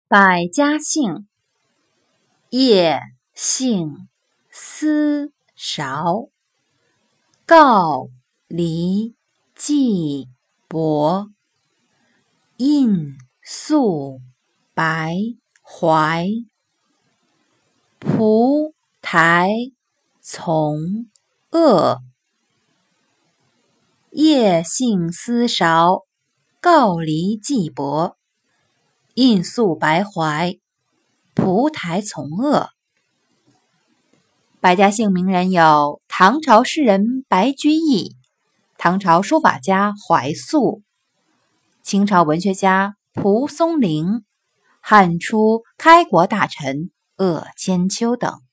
百家姓：叶、姓、思、韶、告、黎、季、伯、印、素、白、怀、蒲、台、从、鄂。叶、姓、思、韶、告、黎、季、伯、印、素、白、怀、蒲、台、从、鄂。百家姓名人有唐朝诗人白居易、唐朝书法家怀素、清朝文学家蒲松龄、汉初开国大臣鄂千秋等。